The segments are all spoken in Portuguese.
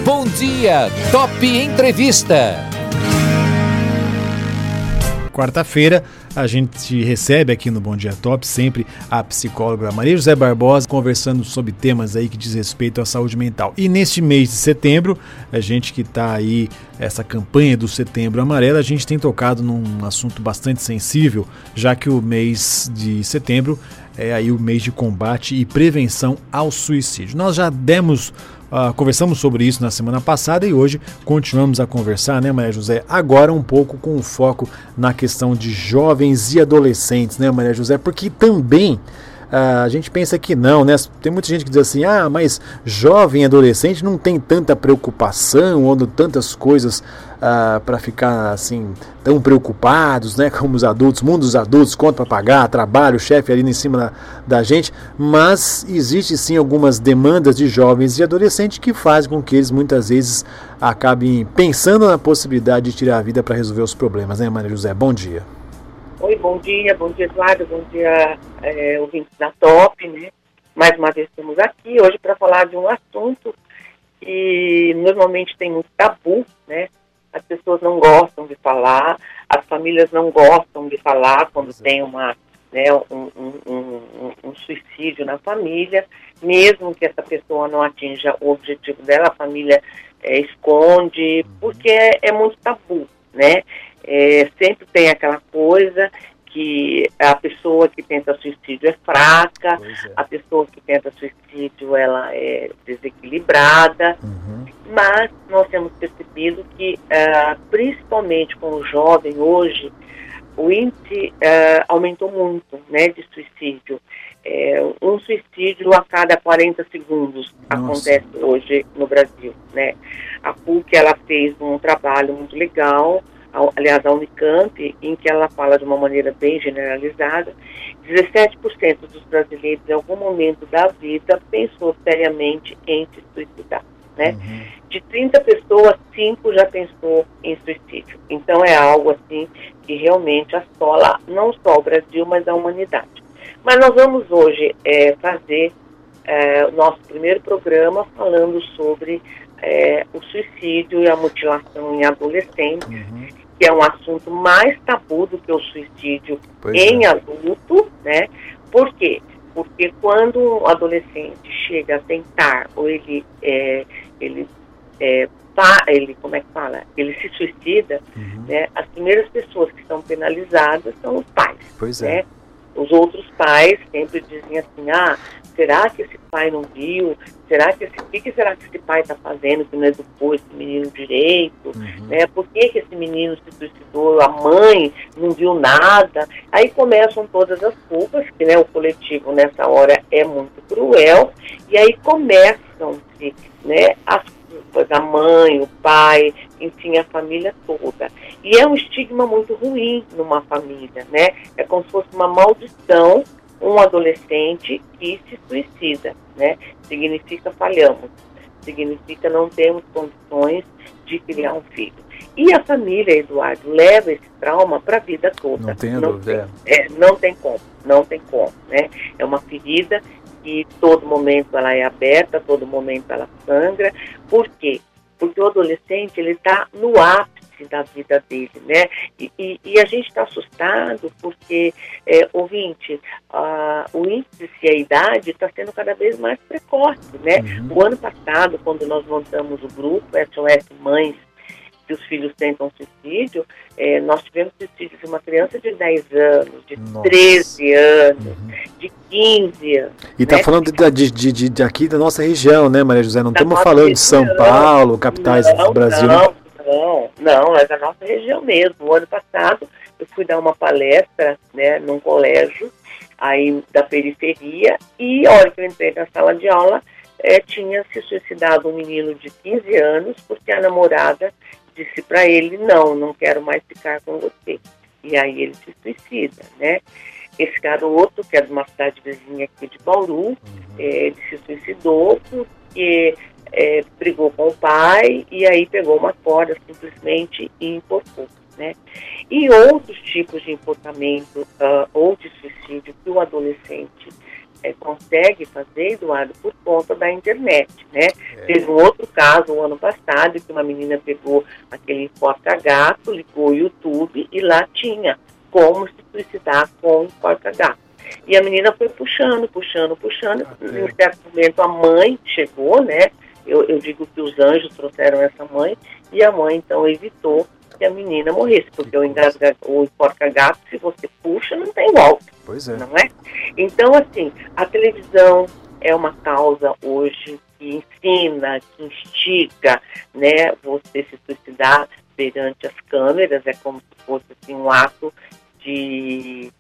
Bom Dia Top Entrevista. Quarta-feira, a gente recebe aqui no Bom Dia Top sempre a psicóloga Maria José Barbosa, conversando sobre temas aí que diz respeito à saúde mental. E neste mês de setembro, a gente que está aí, essa campanha do Setembro Amarelo, a gente tem tocado num assunto bastante sensível, já que o mês de setembro é aí o mês de combate e prevenção ao suicídio. Nós já conversamos sobre isso na semana passada e hoje continuamos a conversar, né, Maria José? Agora um pouco com o foco na questão de jovens e adolescentes, né, Maria José? Porque também a gente pensa que não, né? Tem muita gente que diz assim, mas jovem e adolescente não tem tanta preocupação ou tantas coisas para ficar assim tão preocupados, né? Como os adultos, mundo dos adultos, conta para pagar, trabalho, chefe ali em cima da gente, mas existe sim algumas demandas de jovens e adolescentes que fazem com que eles muitas vezes acabem pensando na possibilidade de tirar a vida para resolver os problemas, né, Maria José? Bom dia. Oi, bom dia Eduardo, bom dia ouvintes da Top, né? Mais uma vez estamos aqui hoje para falar de um assunto que normalmente tem muito tabu, né? As pessoas não gostam de falar, as famílias não gostam de falar quando tem um suicídio na família, mesmo que essa pessoa não atinja o objetivo dela, a família esconde, porque é muito tabu, né? Sempre tem aquela coisa que a pessoa que tenta suicídio é fraca, a pessoa que tenta suicídio ela é desequilibrada, mas nós temos percebido que, principalmente com o jovem hoje, o índice aumentou muito, né, de suicídio. Um suicídio a cada 40 segundos acontece hoje no Brasil, né? A PUC ela fez um trabalho muito legal, aliás, a Unicamp, em que ela fala de uma maneira bem generalizada, 17% dos brasileiros, em algum momento da vida, pensou seriamente em se suicidar, né? De 30 pessoas, 5 já pensou em suicídio. Então, é algo, assim, que realmente assola não só o Brasil, mas a humanidade. Mas nós vamos hoje fazer o nosso primeiro programa falando sobre o suicídio e a mutilação em adolescentes, que é um assunto mais tabu do que o suicídio adulto, né? Por quê? Porque quando um adolescente chega a tentar, ou ele como é que fala? Ele se suicida, né? As primeiras pessoas que são penalizadas são os pais, né? Os outros pais sempre dizem assim, será que esse pai não viu? O que será que esse pai está fazendo que não educou esse menino direito? Né? Por que esse menino se suicidou? A mãe não viu nada? Aí começam todas as culpas, que, né, o coletivo nessa hora é muito cruel, e aí começam-se, né, as culpas, a mãe, o pai, enfim, a família toda. E é um estigma muito ruim numa família, né? É como se fosse uma maldição, um adolescente que se suicida, né? Significa falhamos, significa não temos condições de criar um filho. E a família, Eduardo, leva esse trauma para a vida toda. Não tem dúvida. Não tem como, né? É uma ferida que todo momento ela é aberta, todo momento ela sangra. Por quê? Porque o adolescente, ele está no ápice da vida dele, né? E a gente está assustado porque, ouvinte, o índice e a idade está sendo cada vez mais precoce, né? O ano passado, quando nós montamos o grupo SOS Mães, que os filhos tentam suicídio, nós tivemos suicídio de uma criança de 10 anos, de 13 anos, de 15 anos. E está falando de aqui da nossa região, né, Maria José? Não estamos falando de São Paulo, capitais do Brasil. Não, é da nossa região mesmo. O ano passado eu fui dar uma palestra, né, num colégio aí da periferia, e a hora que eu entrei na sala de aula, tinha se suicidado um menino de 15 anos, porque a namorada disse para ele, não quero mais ficar com você. E aí ele se suicida, né? Esse garoto, que é de uma cidade vizinha aqui de Bauru, ele se suicidou porque brigou com o pai e aí pegou uma corda simplesmente e enforcou, né? E outros tipos de enforcamento ou de suicídio que o adolescente consegue fazer, Eduardo, por conta da internet, né? Teve um outro caso, o ano passado, que uma menina pegou aquele porta-gato, ligou o YouTube e lá tinha como se suicidar com o porta-gato. E a menina foi puxando. Em um certo momento a mãe chegou, né? Eu digo que os anjos trouxeram essa mãe, e a mãe então evitou que a menina morresse, porque o porca-gato, se você puxa, não tem volta. Pois é. Não é? Então, assim, a televisão é uma causa hoje que ensina, que instiga, né, você se suicidar perante as câmeras, é como se fosse assim, um ato de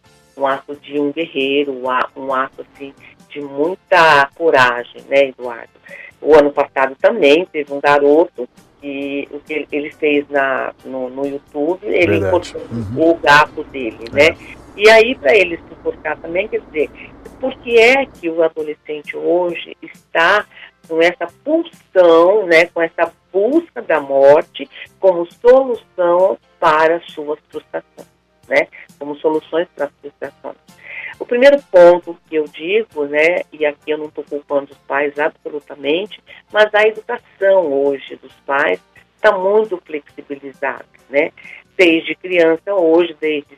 um guerreiro, um ato assim, de muita coragem, né, Eduardo? O ano passado também teve um garoto que o que ele fez no YouTube, ele encontrou o gato dele, né? E aí, para ele se enforcar também, quer dizer, por que é que o adolescente hoje está com essa pulsão, né, com essa busca da morte como solução para suas frustrações, né? Como soluções para as frustrações. O primeiro ponto que eu digo, né, e aqui eu não estou culpando os pais absolutamente, mas a educação hoje dos pais está muito flexibilizada, né? Desde criança hoje, desde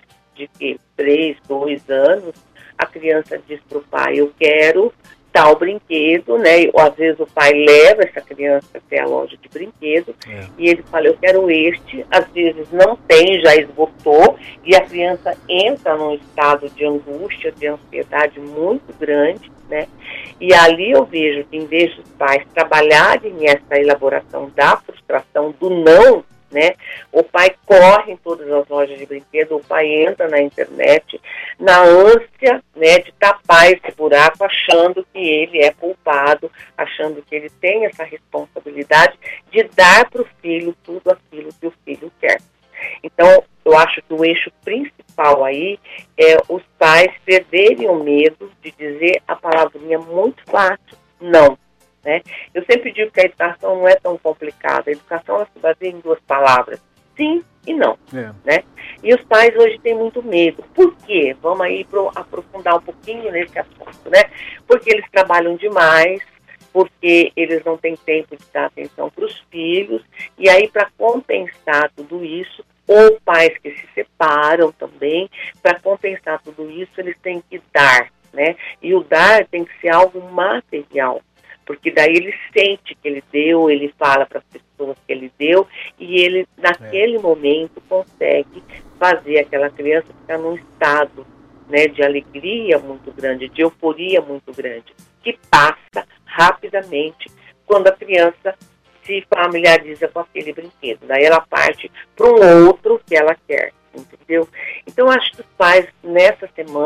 3, 2 anos, a criança diz para o pai, eu quero tal brinquedo, né? Ou às vezes o pai leva essa criança até a loja de brinquedo e ele fala, eu quero este, às vezes não tem, já esgotou, e a criança entra num estado de angústia, de ansiedade muito grande, né? E ali eu vejo que em vez dos pais trabalharem nessa elaboração da frustração, do não, né? O pai corre em todas as lojas de brinquedo, o pai entra na internet na ânsia, né, de tapar esse buraco, achando que ele é culpado, achando que ele tem essa responsabilidade de dar para o filho tudo aquilo que o filho quer. Então, eu acho que o eixo principal aí é os pais perderem o medo de dizer a palavrinha muito fácil, não. Né? Eu sempre digo que a educação não é tão complicada. A educação ela se baseia em 2 palavras, sim e não. Né? E os pais hoje têm muito medo. Por quê? Vamos aí aprofundar um pouquinho nesse assunto. Né? Porque eles trabalham demais, porque eles não têm tempo de dar atenção para os filhos, e aí para compensar tudo isso, ou pais que se separam também, para compensar tudo isso, eles têm que dar. Né? E o dar tem que ser algo material. Porque daí ele sente que ele deu, ele fala para as pessoas que ele deu, e ele, naquele momento, consegue fazer aquela criança ficar num estado, né, de alegria muito grande, de euforia muito grande, que passa rapidamente quando a criança se familiariza com aquele brinquedo. Daí ela parte para um outro que ela quer, entendeu? Então, acho que os pais, nesse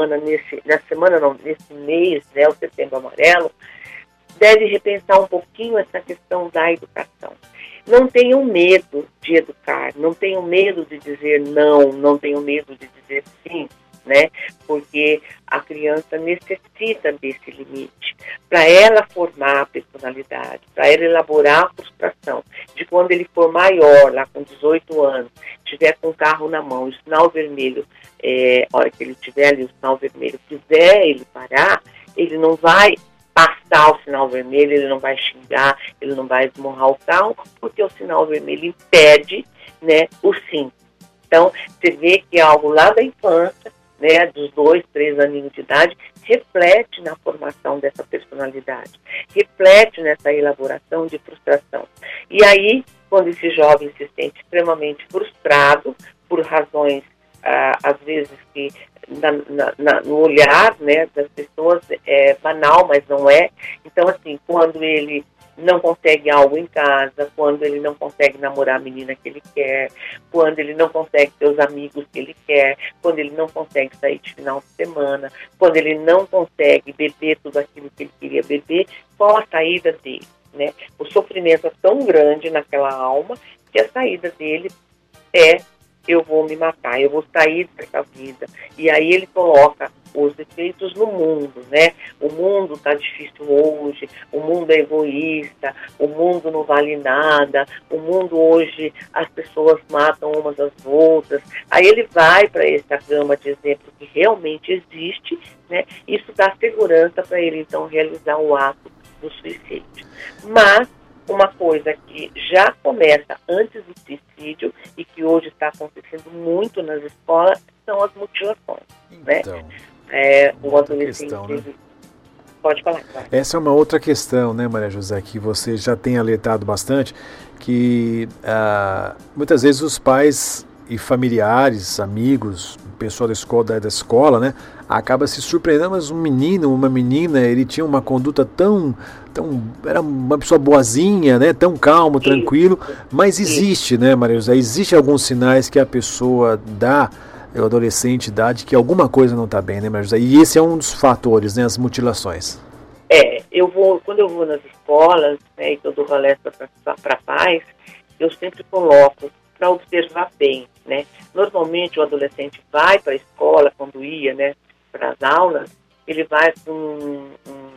mês, né, o Setembro Amarelo, deve repensar um pouquinho essa questão da educação. Não tenham medo de educar, não tenham medo de dizer não, não tenham medo de dizer sim, né? Porque a criança necessita desse limite para ela formar a personalidade, para ela elaborar a frustração de quando ele for maior, lá com 18 anos, tiver com o carro na mão, o sinal vermelho, a hora que ele tiver ali o sinal vermelho, quiser ele parar, ele não vai passar o sinal vermelho, ele não vai xingar, ele não vai esmurrar o carro, porque o sinal vermelho impede, né, o sim. Então, você vê que é algo lá da infância, né, dos 2, 3 aninhos de idade, reflete na formação dessa personalidade, reflete nessa elaboração de frustração. E aí, quando esse jovem se sente extremamente frustrado, por razões, às vezes, que no olhar, né, das pessoas é banal, mas não é. Então, assim, quando ele não consegue algo em casa, quando ele não consegue namorar a menina que ele quer, quando ele não consegue ter os amigos que ele quer, quando ele não consegue sair de final de semana, quando ele não consegue beber tudo aquilo que ele queria beber, qual a saída dele? Né? O sofrimento é tão grande naquela alma que a saída dele é: eu vou me matar, eu vou sair dessa vida. E aí ele coloca os efeitos no mundo, né? O mundo está difícil hoje, o mundo é egoísta, o mundo não vale nada, o mundo hoje as pessoas matam umas às outras. Aí ele vai para essa gama de exemplos que realmente existe, né? Isso dá segurança para ele, então, realizar o ato do suicídio. Mas uma coisa que já começa antes do suicídio e que hoje está acontecendo muito nas escolas são as mutilações. Então, né? O adolescente questão, né? Pode falar. Claro. Essa é uma outra questão, né, Maria José, que você já tem alertado bastante, que muitas vezes os pais e familiares, amigos, pessoal da escola, né, acaba se surpreendendo, mas um menino, uma menina, ele tinha uma conduta tão era uma pessoa boazinha, né, tão calmo, tranquilo, mas existe, né, Maria José, existe alguns sinais que a pessoa dá, o adolescente dá, de que alguma coisa não está bem, né, Maria José, e esse é um dos fatores, né, as mutilações. Quando eu vou nas escolas, né, e que eu dou palestra para pais, eu sempre coloco para observar bem, né? Normalmente o adolescente vai para a escola, quando ia, né, para as aulas, ele vai com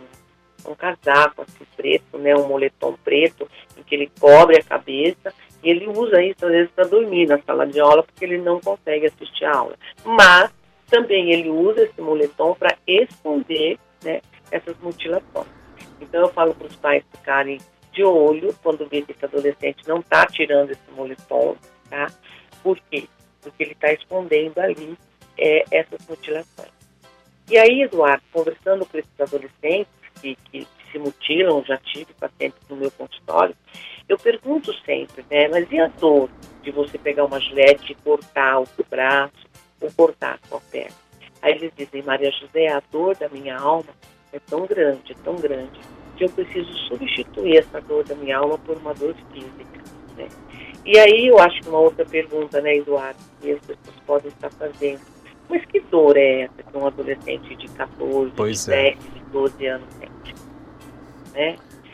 um casaco assim, preto, né, um moletom preto, em que ele cobre a cabeça, e ele usa isso às vezes para dormir na sala de aula, porque ele não consegue assistir a aula. Mas também ele usa esse moletom para esconder, né, essas mutilações. Então eu falo para os pais ficarem de olho quando vê que esse adolescente não está tirando esse moletom, tá? Por quê? Porque ele está escondendo ali essas mutilações. E aí, Eduardo, conversando com esses adolescentes que se mutilam, já tive pacientes no meu consultório, eu pergunto sempre, né, mas e a dor de você pegar uma gilete e cortar o seu braço ou cortar a sua perna? Aí eles dizem, Maria José, a dor da minha alma é tão grande, que eu preciso substituir essa dor da minha alma por uma dor física, né? E aí eu acho que uma outra pergunta, né, Eduardo, que as pessoas podem estar fazendo, mas que dor é essa que um adolescente de 14, de 10, de 12 anos sente? Né?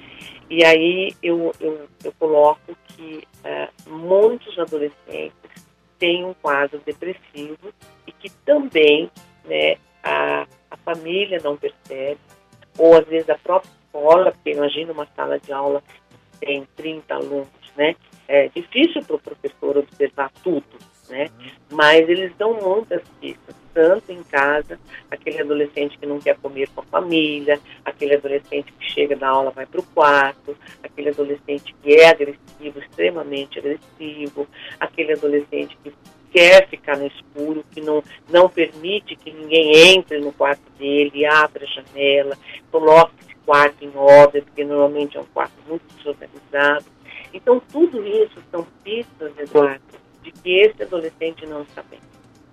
E aí eu coloco que muitos adolescentes têm um quadro depressivo e que também, né, a família não percebe, ou às vezes a própria escola, porque imagina uma sala de aula que tem 30 alunos, né? É difícil para o professor observar tudo, né? Mas eles dão muitas pistas, tanto em casa, aquele adolescente que não quer comer com a família, aquele adolescente que chega da aula vai para o quarto, aquele adolescente que é agressivo, extremamente agressivo, aquele adolescente que quer ficar no escuro, que não permite que ninguém entre no quarto dele, abra a janela, coloque esse quarto em ordem, porque normalmente é um quarto muito desorganizado. Então, tudo isso são pistas, Eduardo, de que esse adolescente não está bem.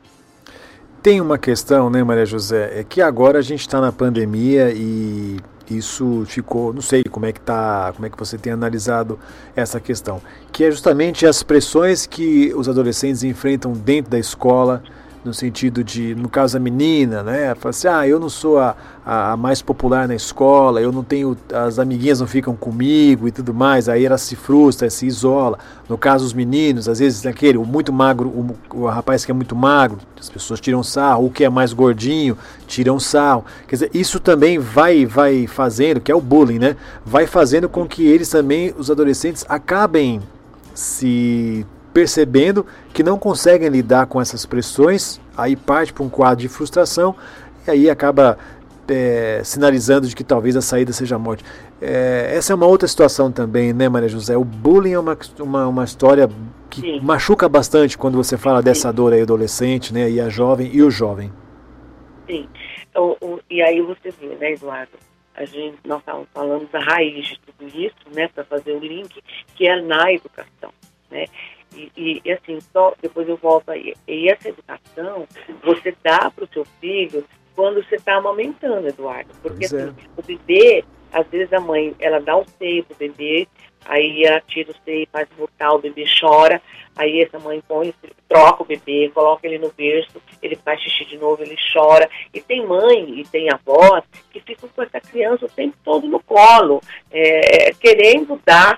Tem uma questão, né, Maria José, é que agora a gente está na pandemia e isso ficou, não sei como é que você tem analisado essa questão, que é justamente as pressões que os adolescentes enfrentam dentro da escola, no sentido de, no caso a menina, né, fala assim, eu não sou a mais popular na escola, eu não tenho, as amiguinhas não ficam comigo e tudo mais, aí ela se frustra, se isola. No caso os meninos, às vezes aquele, o muito magro, o rapaz que é muito magro, as pessoas tiram sarro, o que é mais gordinho, tiram sarro. Quer dizer, isso também vai fazendo, que é o bullying, né, vai fazendo com que eles também, os adolescentes, acabem se percebendo que não conseguem lidar com essas pressões, aí parte para um quadro de frustração e aí acaba sinalizando de que talvez a saída seja a morte. Essa é uma outra situação também, né, Maria José? O bullying é uma história que Sim. machuca bastante quando você fala dessa Sim. dor aí adolescente, né, e a jovem e o jovem. Sim, então, e aí você vê, né, Eduardo? Nós estávamos falando da raiz de tudo isso, né, para fazer o link, que é na educação, né? E assim, só depois eu volto aí. E essa educação você dá para o seu filho quando você está amamentando, Eduardo. Porque assim, o bebê, às vezes a mãe, ela dá o seio pro bebê, aí ela tira o seio, faz voltar, o bebê chora, aí essa mãe troca o bebê, coloca ele no berço, ele faz xixi de novo, ele chora. E tem mãe e tem avós que ficam com essa criança o tempo todo no colo, querendo dar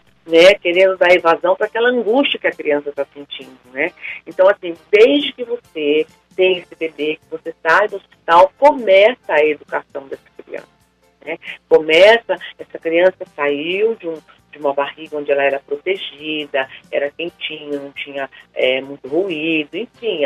evasão para aquela angústia que a criança está sentindo, né? Então, assim, desde que você tem esse bebê, que você sai do hospital, começa a educação dessa criança, né? Essa criança saiu de uma barriga onde ela era protegida, era quentinha, não tinha muito ruído, enfim,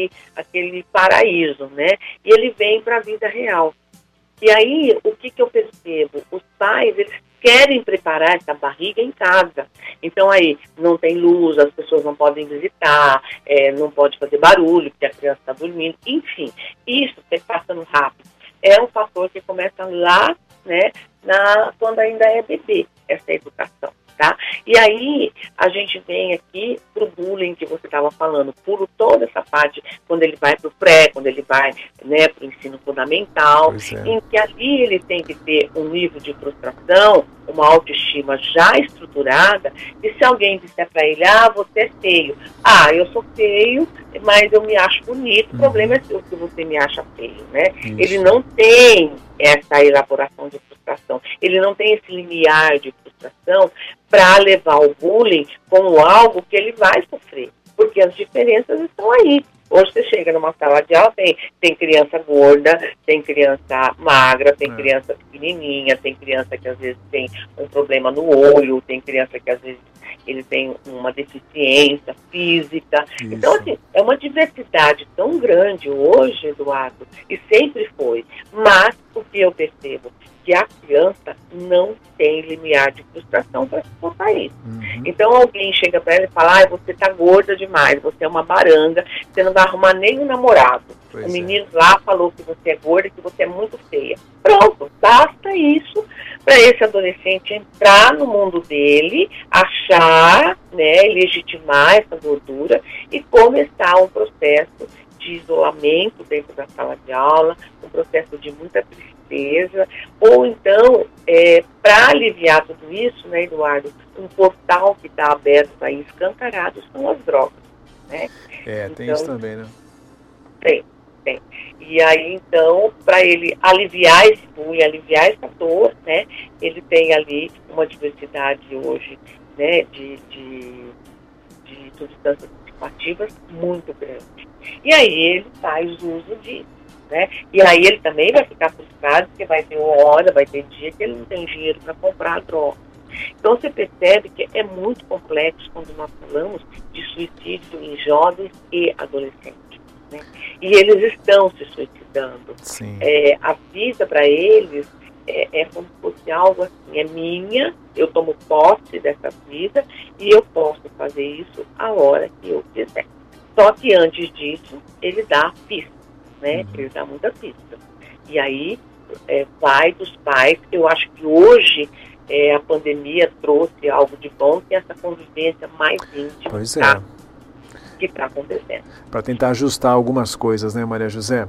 aquele paraíso, né? E ele vem para a vida real. E aí, o que eu percebo? Os pais, eles querem preparar essa barriga em casa. Então, aí, não tem luz, as pessoas não podem visitar, não pode fazer barulho, porque a criança está dormindo. Enfim, isso, passando rápido, é um fator que começa lá, né, quando ainda é bebê, essa educação. Tá? E aí, a gente vem aqui pro bullying que você estava falando, por toda essa parte, quando ele vai pro pré, quando ele vai, né, pro ensino fundamental, em que ali ele tem que ter um nível de frustração, uma autoestima já estruturada, e se alguém disser para ele, você é feio, eu sou feio, mas eu me acho bonito, o problema é seu que você me acha feio, né? Isso. Ele não tem essa elaboração de frustração, ele não tem esse limiar de frustração para levar o bullying como algo que ele vai sofrer, porque as diferenças estão aí. Hoje você chega numa sala de aula, tem criança gorda, tem criança magra, tem criança pequenininha, tem criança que às vezes tem um problema no olho, tem criança que às vezes ele tem uma deficiência física. Isso. Então, assim, é uma diversidade tão grande hoje, Eduardo, e sempre foi. Mas o que eu percebo? Que a criança não tem limiar de frustração para suportar isso. Então alguém chega para ela e fala, você tá gorda demais, você é uma baranga, você não vai arrumar nem um namorado. O menino lá falou que você é gorda, que você é muito feia. Pronto, basta isso para esse adolescente entrar no mundo dele, achar, né, legitimar essa gordura e começar um processo de isolamento dentro da sala de aula, um processo de muita tristeza, ou então, para aliviar tudo isso, né, Eduardo, um portal que está aberto aí, escancarado, são as drogas, né? Tem isso também, né? Tem. E aí, então, para ele aliviar esse bullying, aliviar essa dor, né, ele tem ali uma diversidade hoje, né, de substâncias psicoativas muito grande. E aí ele faz uso disso, né? E aí ele também vai ficar frustrado, porque vai ter hora, vai ter dia que ele não tem dinheiro para comprar a droga. Então você percebe que é muito complexo quando nós falamos de suicídio em jovens e adolescentes, né? E eles estão se suicidando. A vida para eles é como se fosse algo assim, é minha, eu tomo posse dessa vida e eu posso fazer isso a hora que eu quiser. Só que antes disso, ele dá pista, né? Ele dá muita pista. E aí, vai dos pais. Eu acho que hoje a pandemia trouxe algo de bom, que é essa convivência mais íntima que está acontecendo. Para tentar ajustar algumas coisas, né, Maria José?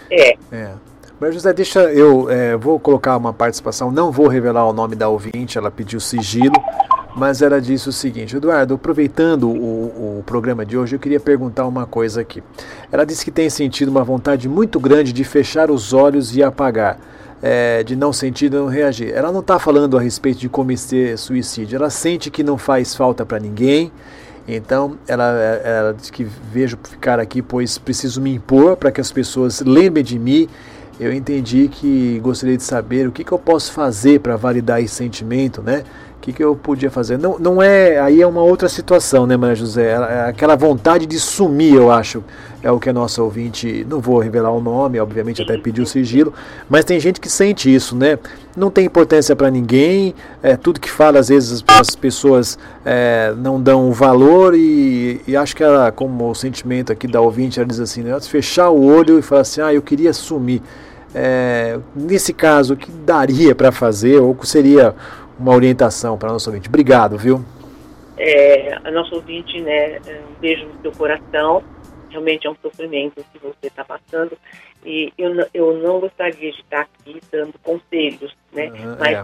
Maria José, vou colocar uma participação, não vou revelar o nome da ouvinte, ela pediu sigilo, mas ela disse o seguinte: Eduardo, aproveitando o programa de hoje, eu queria perguntar uma coisa aqui. Ela disse que tem sentido uma vontade muito grande de fechar os olhos e apagar, de não sentir, não reagir. Ela não está falando a respeito de cometer suicídio, ela sente que não faz falta para ninguém. Então, ela diz que vejo ficar aqui, pois preciso me impor para que as pessoas lembrem de mim. Eu entendi que gostaria de saber o que eu posso fazer para validar esse sentimento, né? O que eu podia fazer? Não aí é uma outra situação, né, Maria José? Aquela vontade de sumir, eu acho, é o que a nossa ouvinte, não vou revelar o nome, obviamente até pediu sigilo, mas tem gente que sente isso, né? Não tem importância para ninguém, tudo que fala, às vezes as pessoas não dão valor e acho que ela, como o sentimento aqui da ouvinte, ela diz assim, né, fechar o olho e falar assim, eu queria sumir. Nesse caso, o que daria para fazer, ou seria uma orientação para a nossa ouvinte? Obrigado, viu? A nossa ouvinte, né, um beijo no seu coração, realmente é um sofrimento que você está passando, e eu não gostaria de estar aqui dando conselhos, né, mas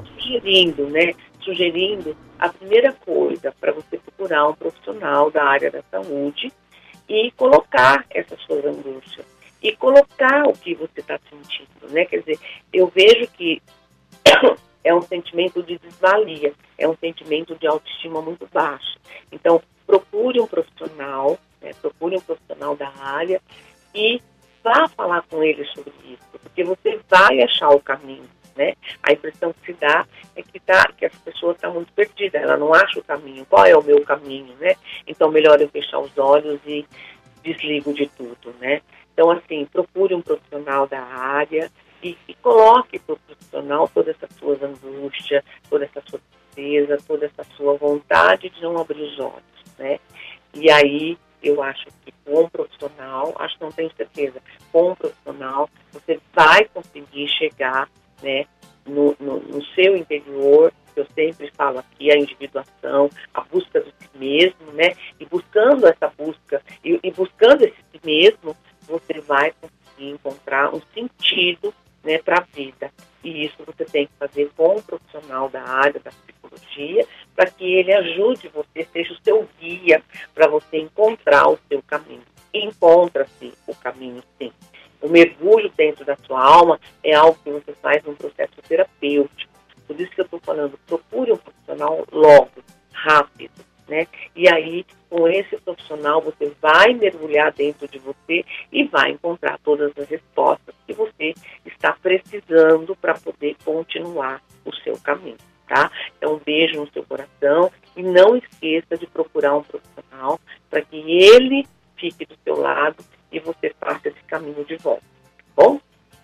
sugerindo a primeira coisa para você procurar um profissional da área da saúde e colocar essas suas angústias, e colocar o que você está sentindo, né, quer dizer, eu vejo que é um sentimento de desvalia, é um sentimento de autoestima muito baixa. Então, procure um profissional, né, procure um profissional da área e vá falar com ele sobre isso, porque você vai achar o caminho, né? A impressão que se dá é que essa pessoa está muito perdida, ela não acha o caminho. Qual é o meu caminho, né? Então, melhor eu fechar os olhos e desligo de tudo, né? Então, assim, procure um profissional da área e coloque para o profissional todas essas suas angústias, toda essa sua tristeza, toda essa sua vontade de não abrir os olhos, né? E aí, eu acho que com um profissional, não tenho certeza, com um profissional, você vai conseguir chegar, né, no seu interior. Eu sempre falo aqui, a individuação, a busca de si mesmo, né, e buscando essa busca, e buscando esse si mesmo, você vai conseguir encontrar um sentido, né, para a vida. E isso você tem que fazer com um profissional da área da psicologia, para que ele ajude você, seja o seu guia, para você encontrar o seu caminho. Encontra-se o caminho, sim. O mergulho dentro da sua alma é algo que você faz num processo terapêutico. Por isso que eu estou falando, procure um profissional logo, rápido, né? E aí, com esse profissional, você vai mergulhar dentro de você e vai encontrar todas as respostas que você está precisando para poder continuar o seu caminho, tá? Então, um beijo no seu coração e não esqueça de procurar um profissional para que ele fique do seu lado e você faça esse caminho de volta, tá bom?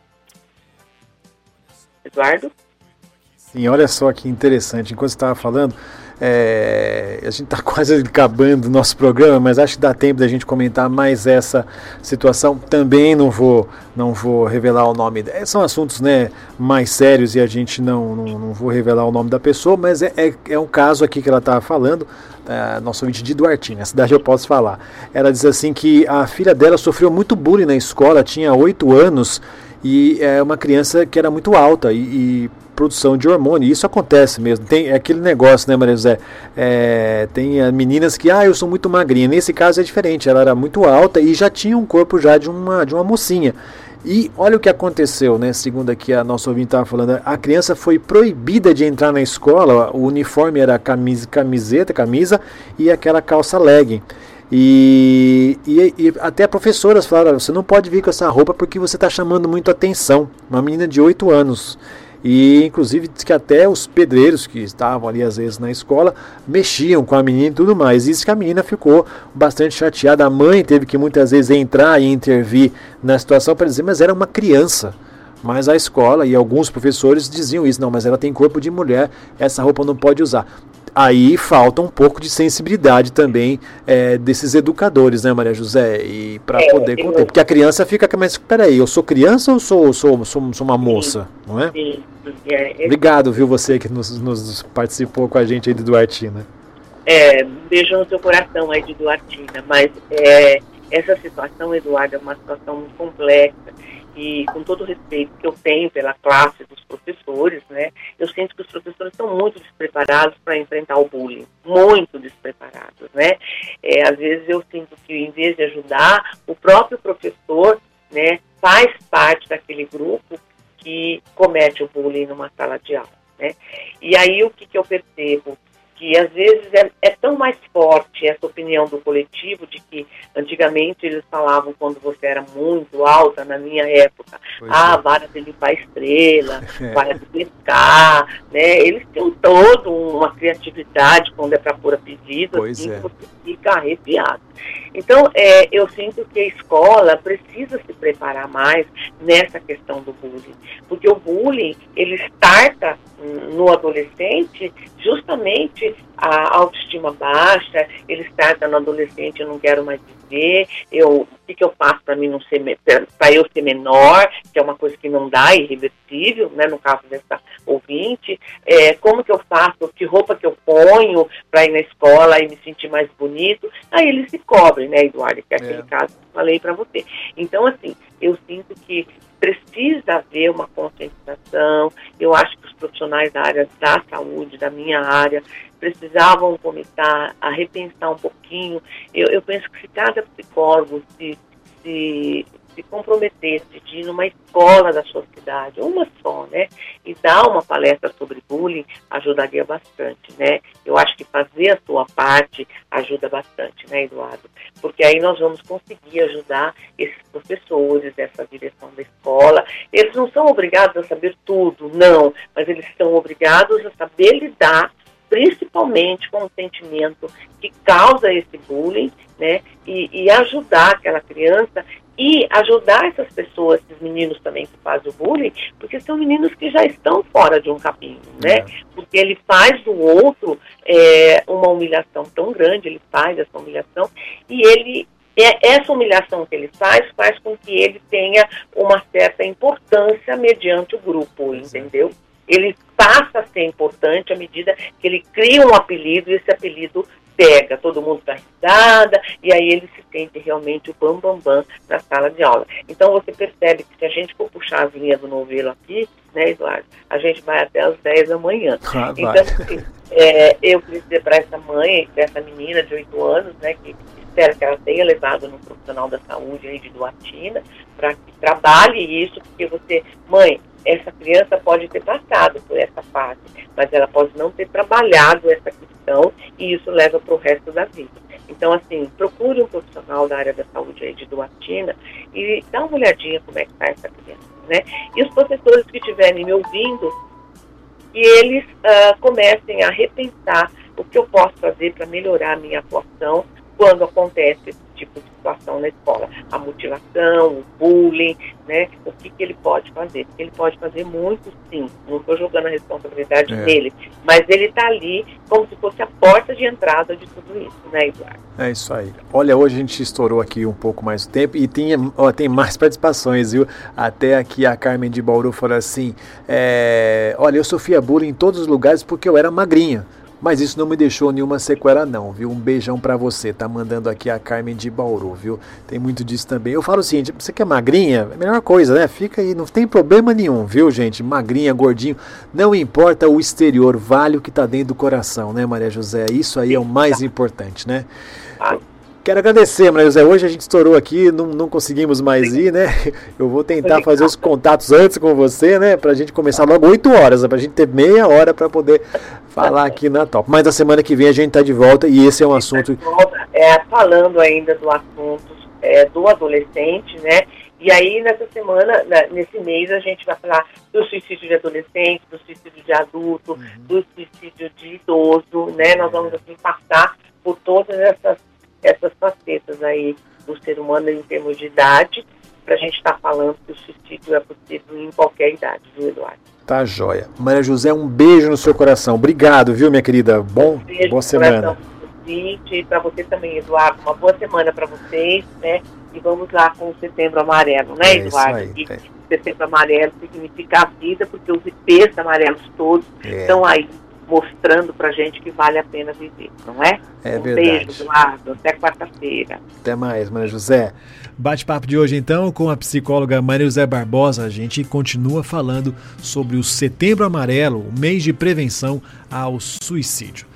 Eduardo? Sim, olha só que interessante. Enquanto você estava falando, a gente está quase acabando o nosso programa, mas acho que dá tempo da gente comentar mais essa situação. Também não vou revelar o nome. São assuntos, né, mais sérios e a gente não vou revelar o nome da pessoa, mas é um caso aqui que ela estava falando. Nosso ouvinte de Duartina, a cidade eu posso falar. Ela diz assim que a filha dela sofreu muito bullying na escola, tinha 8 anos e é uma criança que era muito alta e produção de hormônio, e isso acontece mesmo. Tem aquele negócio, né, Maria José? Tem meninas que, eu sou muito magrinha. Nesse caso é diferente, ela era muito alta e já tinha um corpo já de uma mocinha. E olha o que aconteceu, né? Segundo aqui a nossa ouvinte estava falando, a criança foi proibida de entrar na escola, o uniforme era camisa e aquela calça legging. E até professoras falaram, você não pode vir com essa roupa porque você está chamando muito atenção. Uma menina de 8 anos. E inclusive diz que até os pedreiros que estavam ali às vezes na escola mexiam com a menina e tudo mais. Isso que a menina ficou bastante chateada. A mãe teve que muitas vezes entrar e intervir na situação para dizer, mas era uma criança. Mas a escola e alguns professores diziam isso, não, mas ela tem corpo de mulher, essa roupa não pode usar. Aí falta um pouco de sensibilidade também desses educadores, né, Maria José? E para poder conter. Porque a criança fica, mas peraí, eu sou criança ou sou uma moça? Não é? Sim. Obrigado, viu, você que nos participou com a gente aí de Duartina. Beijo no seu coração aí de Duartina, mas essa situação, Eduardo, é uma situação muito complexa. E com todo o respeito que eu tenho pela classe dos professores, né, eu sinto que os professores estão muito despreparados para enfrentar o bullying, muito despreparados, né. Às vezes eu sinto que, em vez de ajudar, o próprio professor, né, faz parte daquele grupo que comete o bullying numa sala de aula, né. E aí o que eu percebo? Que às vezes é tão mais forte essa opinião do coletivo de que antigamente eles falavam quando você era muito alta, na minha época, vara de limpar estrela, vara de pescar, né? Eles tinham toda uma criatividade quando é para pôr apelido, assim, que você fica arrepiado. Então, eu sinto que a escola precisa se preparar mais nessa questão do bullying, porque o bullying, ele starta no adolescente justamente a autoestima baixa, ele starta no adolescente, eu não quero mais viver, o que eu faço para mim não ser, para eu ser menor, que é uma coisa que não dá, irreversível, né, no caso dessa ouvinte, como que eu faço, que roupa que eu ponho para ir na escola e me sentir mais bonito, aí ele se cobre, né, Eduardo, que é aquele caso que eu falei para você. Então, assim, eu sinto que precisa haver uma conscientização. Eu acho que os profissionais da área da saúde, da minha área, precisavam começar a repensar um pouquinho. Eu penso que se cada psicólogo se se comprometesse de ir numa escola da sua cidade, uma só, né, e dar uma palestra sobre bullying, ajudaria bastante, né? Eu acho que fazer a sua parte ajuda bastante, né, Eduardo? Porque aí nós vamos conseguir ajudar esses professores, essa direção da escola. Eles não são obrigados a saber tudo, não, mas eles são obrigados a saber lidar principalmente com o sentimento que causa esse bullying, né, e ajudar aquela criança e ajudar essas pessoas, esses meninos também que fazem o bullying, porque são meninos que já estão fora de um caminho, né, porque ele faz do outro uma humilhação tão grande, ele faz essa humilhação, e essa humilhação que ele faz com que ele tenha uma certa importância mediante o grupo, entendeu? Ele passa a ser importante à medida que ele cria um apelido e esse apelido pega, todo mundo dá risada e aí ele se sente realmente o bam na sala de aula. Então você percebe que se a gente for puxar as linhas do novelo aqui, né, Eduardo, a gente vai até as 10 da manhã. Então, assim, eu queria dizer para essa mãe, para essa menina de 8 anos, né, que espero que ela tenha levado no profissional da saúde aí de Duartina, para que trabalhe isso, porque mãe, essa criança pode ter passado por essa fase, mas ela pode não ter trabalhado essa questão e isso leva para o resto da vida. Então, assim, procure um profissional da área da saúde aí de Duartina e dá uma olhadinha como é que está essa criança, né? E os professores que estiverem me ouvindo, que eles comecem a repensar o que eu posso fazer para melhorar a minha atuação quando acontece esse tipo de situação na escola. A mutilação, o bullying, né? O que ele pode fazer? Ele pode fazer muito, sim. Não estou jogando a responsabilidade nele, mas ele está ali como se fosse a porta de entrada de tudo isso, né, Eduardo? É isso aí. Olha, hoje a gente estourou aqui um pouco mais o tempo e tem mais participações, viu? Até aqui a Carmen de Bauru falou assim, olha, eu sofria bullying em todos os lugares porque eu era magrinha. Mas isso não me deixou nenhuma sequela não, viu? Um beijão pra você, tá mandando aqui a Carmen de Bauru, viu? Tem muito disso também. Eu falo o seguinte, você que é magrinha, é a melhor coisa, né? Fica aí, não tem problema nenhum, viu, gente? Magrinha, gordinho, não importa o exterior, vale o que tá dentro do coração, né, Maria José? Isso aí é o mais importante, né? Quero agradecer, Maria José. Hoje a gente estourou aqui, não conseguimos mais ir, né? Eu vou tentar fazer os contatos antes com você, né? Pra gente começar logo 8 horas, pra gente ter meia hora pra poder falar aqui na Top. Mas a semana que vem a gente tá de volta e esse é um assunto... Falando ainda do assunto do adolescente, né? E aí, nessa semana, nesse mês, a gente vai falar do suicídio de adolescente, do suicídio de adulto, do suicídio de idoso, né? Nós vamos, assim, passar por todas essas facetas aí do ser humano em termos de idade, para a gente estar falando que o suicídio é possível em qualquer idade, viu, Eduardo? Tá joia. Maria José, um beijo no seu coração. Obrigado, viu, minha querida? Boa semana. E para você também, Eduardo, uma boa semana para vocês, né? E vamos lá com o Setembro Amarelo, né, Eduardo? Isso aí, Setembro Amarelo significa a vida, porque os IPs amarelos todos estão aí mostrando pra gente que vale a pena viver, não é? Verdade. Beijo, Eduardo. Até quarta-feira. Até mais, Maria José. Bate-papo de hoje, então, com a psicóloga Maria José Barbosa. A gente continua falando sobre o Setembro Amarelo, o mês de prevenção ao suicídio.